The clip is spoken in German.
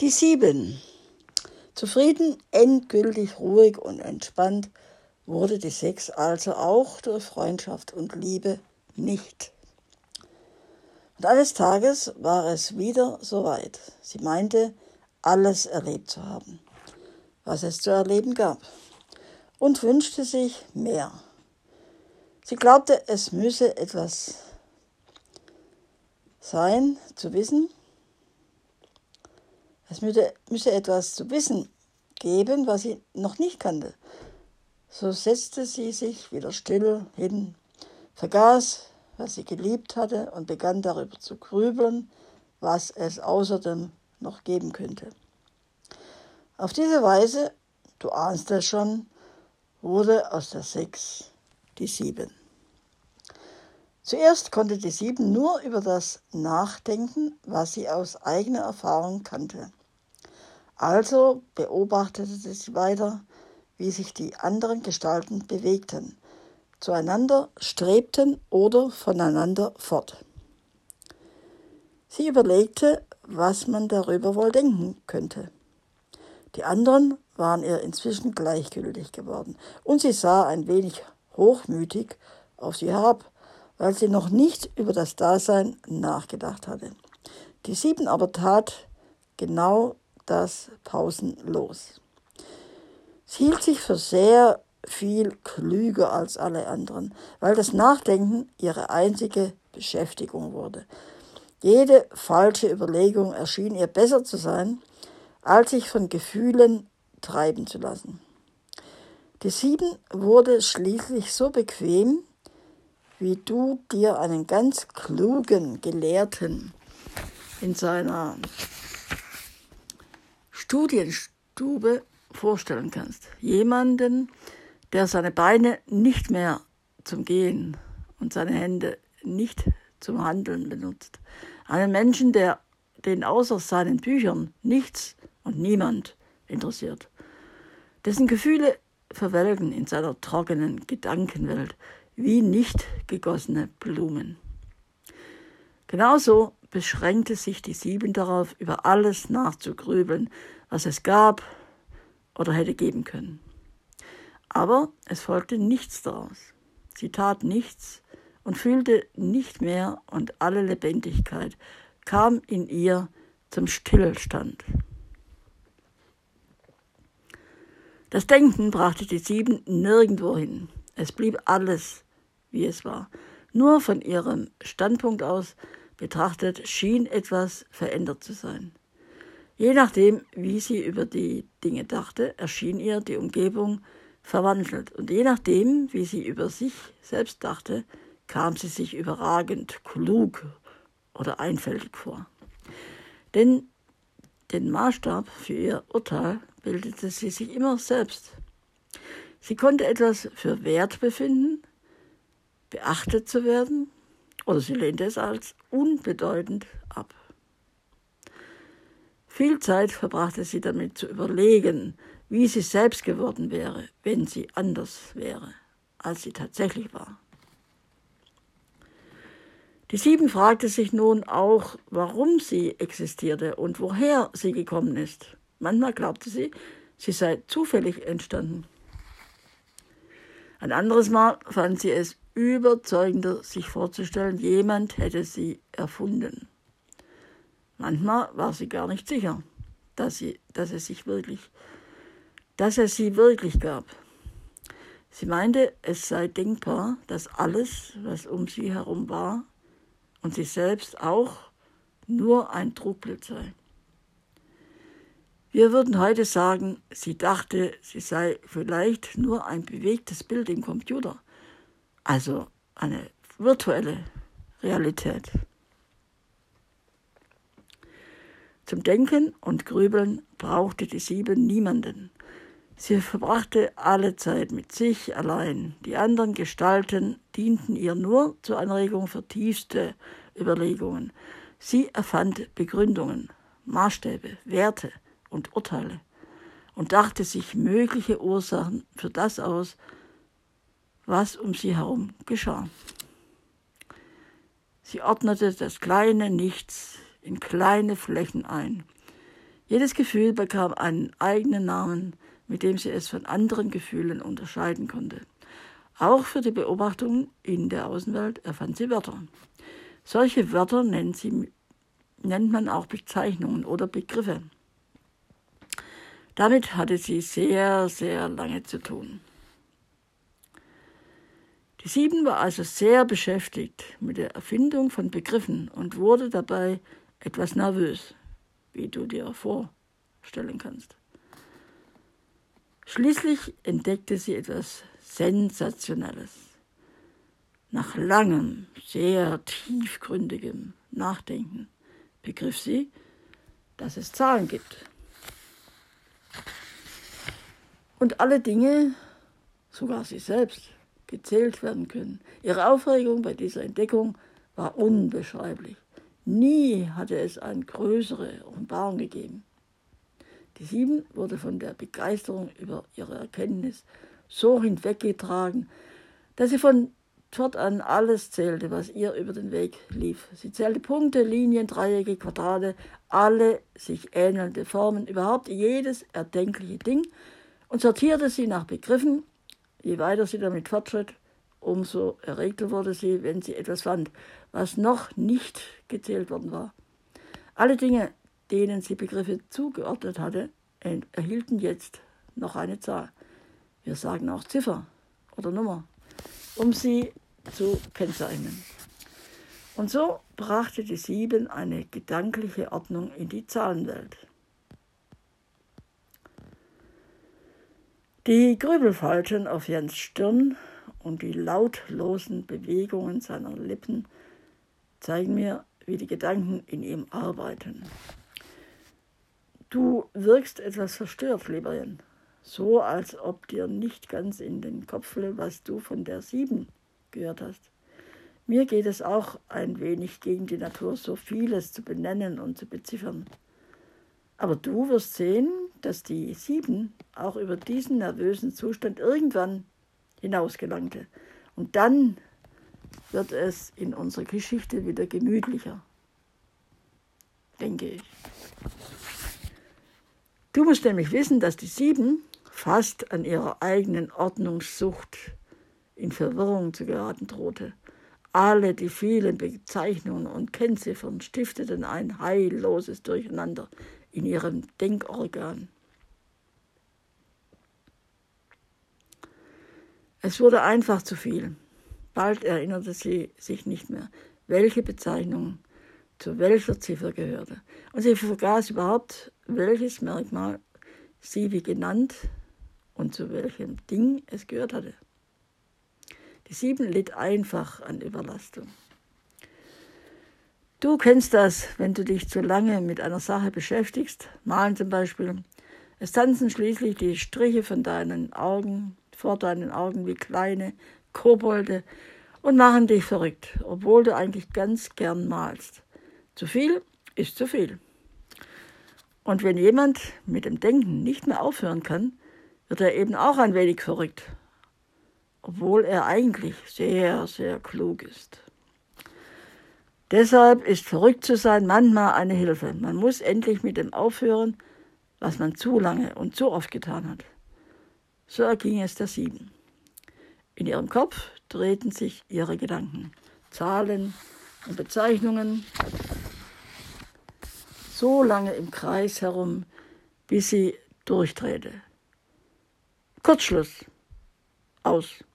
Die 7. Zufrieden, endgültig ruhig und entspannt wurde die 6 also auch durch Freundschaft und Liebe nicht. Und eines Tages war es wieder soweit. Sie meinte, alles erlebt zu haben, was es zu erleben gab, und wünschte sich mehr. Sie glaubte, es müsse etwas sein, zu wissen. Es müsse etwas zu wissen geben, was sie noch nicht kannte. So setzte sie sich wieder still hin, vergaß, was sie geliebt hatte, und begann darüber zu grübeln, was es außerdem noch geben könnte. Auf diese Weise, du ahnst es schon, wurde aus der 6 die 7. Zuerst konnte die 7 nur über das nachdenken, was sie aus eigener Erfahrung kannte. Also beobachtete sie weiter, wie sich die anderen Gestalten bewegten, zueinander strebten oder voneinander fort. Sie überlegte, was man darüber wohl denken könnte. Die anderen waren ihr inzwischen gleichgültig geworden, und sie sah ein wenig hochmütig auf sie herab, weil sie noch nicht über das Dasein nachgedacht hatte. Die 7 aber tat genau das pausenlos. Sie hielt sich für sehr viel klüger als alle anderen, weil das Nachdenken ihre einzige Beschäftigung wurde. Jede falsche Überlegung erschien ihr besser zu sein, als sich von Gefühlen treiben zu lassen. Die 7 wurde schließlich so bequem, wie du dir einen ganz klugen Gelehrten in seiner Studienstube vorstellen kannst. Jemanden, der seine Beine nicht mehr zum Gehen und seine Hände nicht zum Handeln benutzt. Einen Menschen, den außer seinen Büchern nichts und niemand interessiert. Dessen Gefühle verwelken in seiner trockenen Gedankenwelt wie nicht gegossene Blumen. Genauso beschränkte sich die 7 darauf, über alles nachzugrübeln, was es gab oder hätte geben können. Aber es folgte nichts daraus. Sie tat nichts und fühlte nicht mehr, und alle Lebendigkeit kam in ihr zum Stillstand. Das Denken brachte die 7 nirgendwo hin. Es blieb alles, wie es war. Nur von ihrem Standpunkt aus betrachtet schien etwas verändert zu sein. Je nachdem, wie sie über die Dinge dachte, erschien ihr die Umgebung verwandelt. Und je nachdem, wie sie über sich selbst dachte, kam sie sich überragend klug oder einfältig vor. Denn den Maßstab für ihr Urteil bildete sie sich immer selbst. Sie konnte etwas für wert befinden, beachtet zu werden, oder sie lehnte es als unbedeutend ab. Viel Zeit verbrachte sie damit zu überlegen, wie sie selbst geworden wäre, wenn sie anders wäre, als sie tatsächlich war. Die 7 fragte sich nun auch, warum sie existierte und woher sie gekommen ist. Manchmal glaubte sie, sie sei zufällig entstanden. Ein anderes Mal fand sie es überzeugender, sich vorzustellen, jemand hätte sie erfunden. Manchmal war sie gar nicht sicher, dass es sie wirklich gab. Sie meinte, es sei denkbar, dass alles, was um sie herum war, und sie selbst auch, nur ein Trugbild sei. Wir würden heute sagen, sie dachte, sie sei vielleicht nur ein bewegtes Bild im Computer, also eine virtuelle Realität. Zum Denken und Grübeln brauchte die 7 niemanden. Sie verbrachte alle Zeit mit sich allein. Die anderen Gestalten dienten ihr nur zur Anregung für tiefste Überlegungen. Sie erfand Begründungen, Maßstäbe, Werte und Urteile und dachte sich mögliche Ursachen für das aus, was um sie herum geschah. Sie ordnete das kleine Nichts in kleine Flächen ein. Jedes Gefühl bekam einen eigenen Namen, mit dem sie es von anderen Gefühlen unterscheiden konnte. Auch für die Beobachtungen in der Außenwelt erfand sie Wörter. Solche Wörter nennt man auch Bezeichnungen oder Begriffe. Damit hatte sie sehr, sehr lange zu tun. Die 7 war also sehr beschäftigt mit der Erfindung von Begriffen und wurde dabei etwas nervös, wie du dir vorstellen kannst. Schließlich entdeckte sie etwas Sensationelles. Nach langem, sehr tiefgründigem Nachdenken begriff sie, dass es Zahlen gibt. Und alle Dinge, sogar sie selbst, gezählt werden können. Ihre Aufregung bei dieser Entdeckung war unbeschreiblich. Nie hatte es eine größere Offenbarung gegeben. Die 7 wurde von der Begeisterung über ihre Erkenntnis so hinweggetragen, dass sie von fortan alles zählte, was ihr über den Weg lief. Sie zählte Punkte, Linien, Dreiecke, Quadrate, alle sich ähnelnde Formen, überhaupt jedes erdenkliche Ding und sortierte sie nach Begriffen. Je weiter sie damit fortschritt, umso erregter wurde sie, wenn sie etwas fand, was noch nicht gezählt worden war. Alle Dinge, denen sie Begriffe zugeordnet hatte, erhielten jetzt noch eine Zahl. Wir sagen auch Ziffer oder Nummer, um sie zu kennzeichnen. Und so brachte die 7 eine gedankliche Ordnung in die Zahlenwelt. Die Grübelfalten auf Jans Stirn und die lautlosen Bewegungen seiner Lippen zeigen mir, wie die Gedanken in ihm arbeiten. Du wirkst etwas verstört, lieber Jan, so als ob dir nicht ganz in den Kopf fiel, was du von der 7 gehört hast. Mir geht es auch ein wenig gegen die Natur, so vieles zu benennen und zu beziffern. Aber du wirst sehen, dass die 7 auch über diesen nervösen Zustand irgendwann hinausgelangte. Und dann wird es in unserer Geschichte wieder gemütlicher, denke ich. Du musst nämlich wissen, dass die 7 fast an ihrer eigenen Ordnungssucht in Verwirrung zu geraten drohte. Alle die vielen Bezeichnungen und Kennziffern stifteten ein heilloses Durcheinander in ihrem Denkorgan. Es wurde einfach zu viel. Bald erinnerte sie sich nicht mehr, welche Bezeichnung zu welcher Ziffer gehörte. Und sie vergaß überhaupt, welches Merkmal sie wie genannt und zu welchem Ding es gehört hatte. Die 7 litt einfach an Überlastung. Du kennst das, wenn du dich zu lange mit einer Sache beschäftigst, malen zum Beispiel. Es tanzen schließlich die Striche vor deinen Augen wie kleine Kobolde und machen dich verrückt, obwohl du eigentlich ganz gern malst. Zu viel ist zu viel. Und wenn jemand mit dem Denken nicht mehr aufhören kann, wird er eben auch ein wenig verrückt, obwohl er eigentlich sehr, sehr klug ist. Deshalb ist verrückt zu sein manchmal eine Hilfe. Man muss endlich mit dem aufhören, was man zu lange und zu oft getan hat. So erging es der 7. In ihrem Kopf drehten sich ihre Gedanken, Zahlen und Bezeichnungen so lange im Kreis herum, bis sie durchdrehte. Kurzschluss. Aus.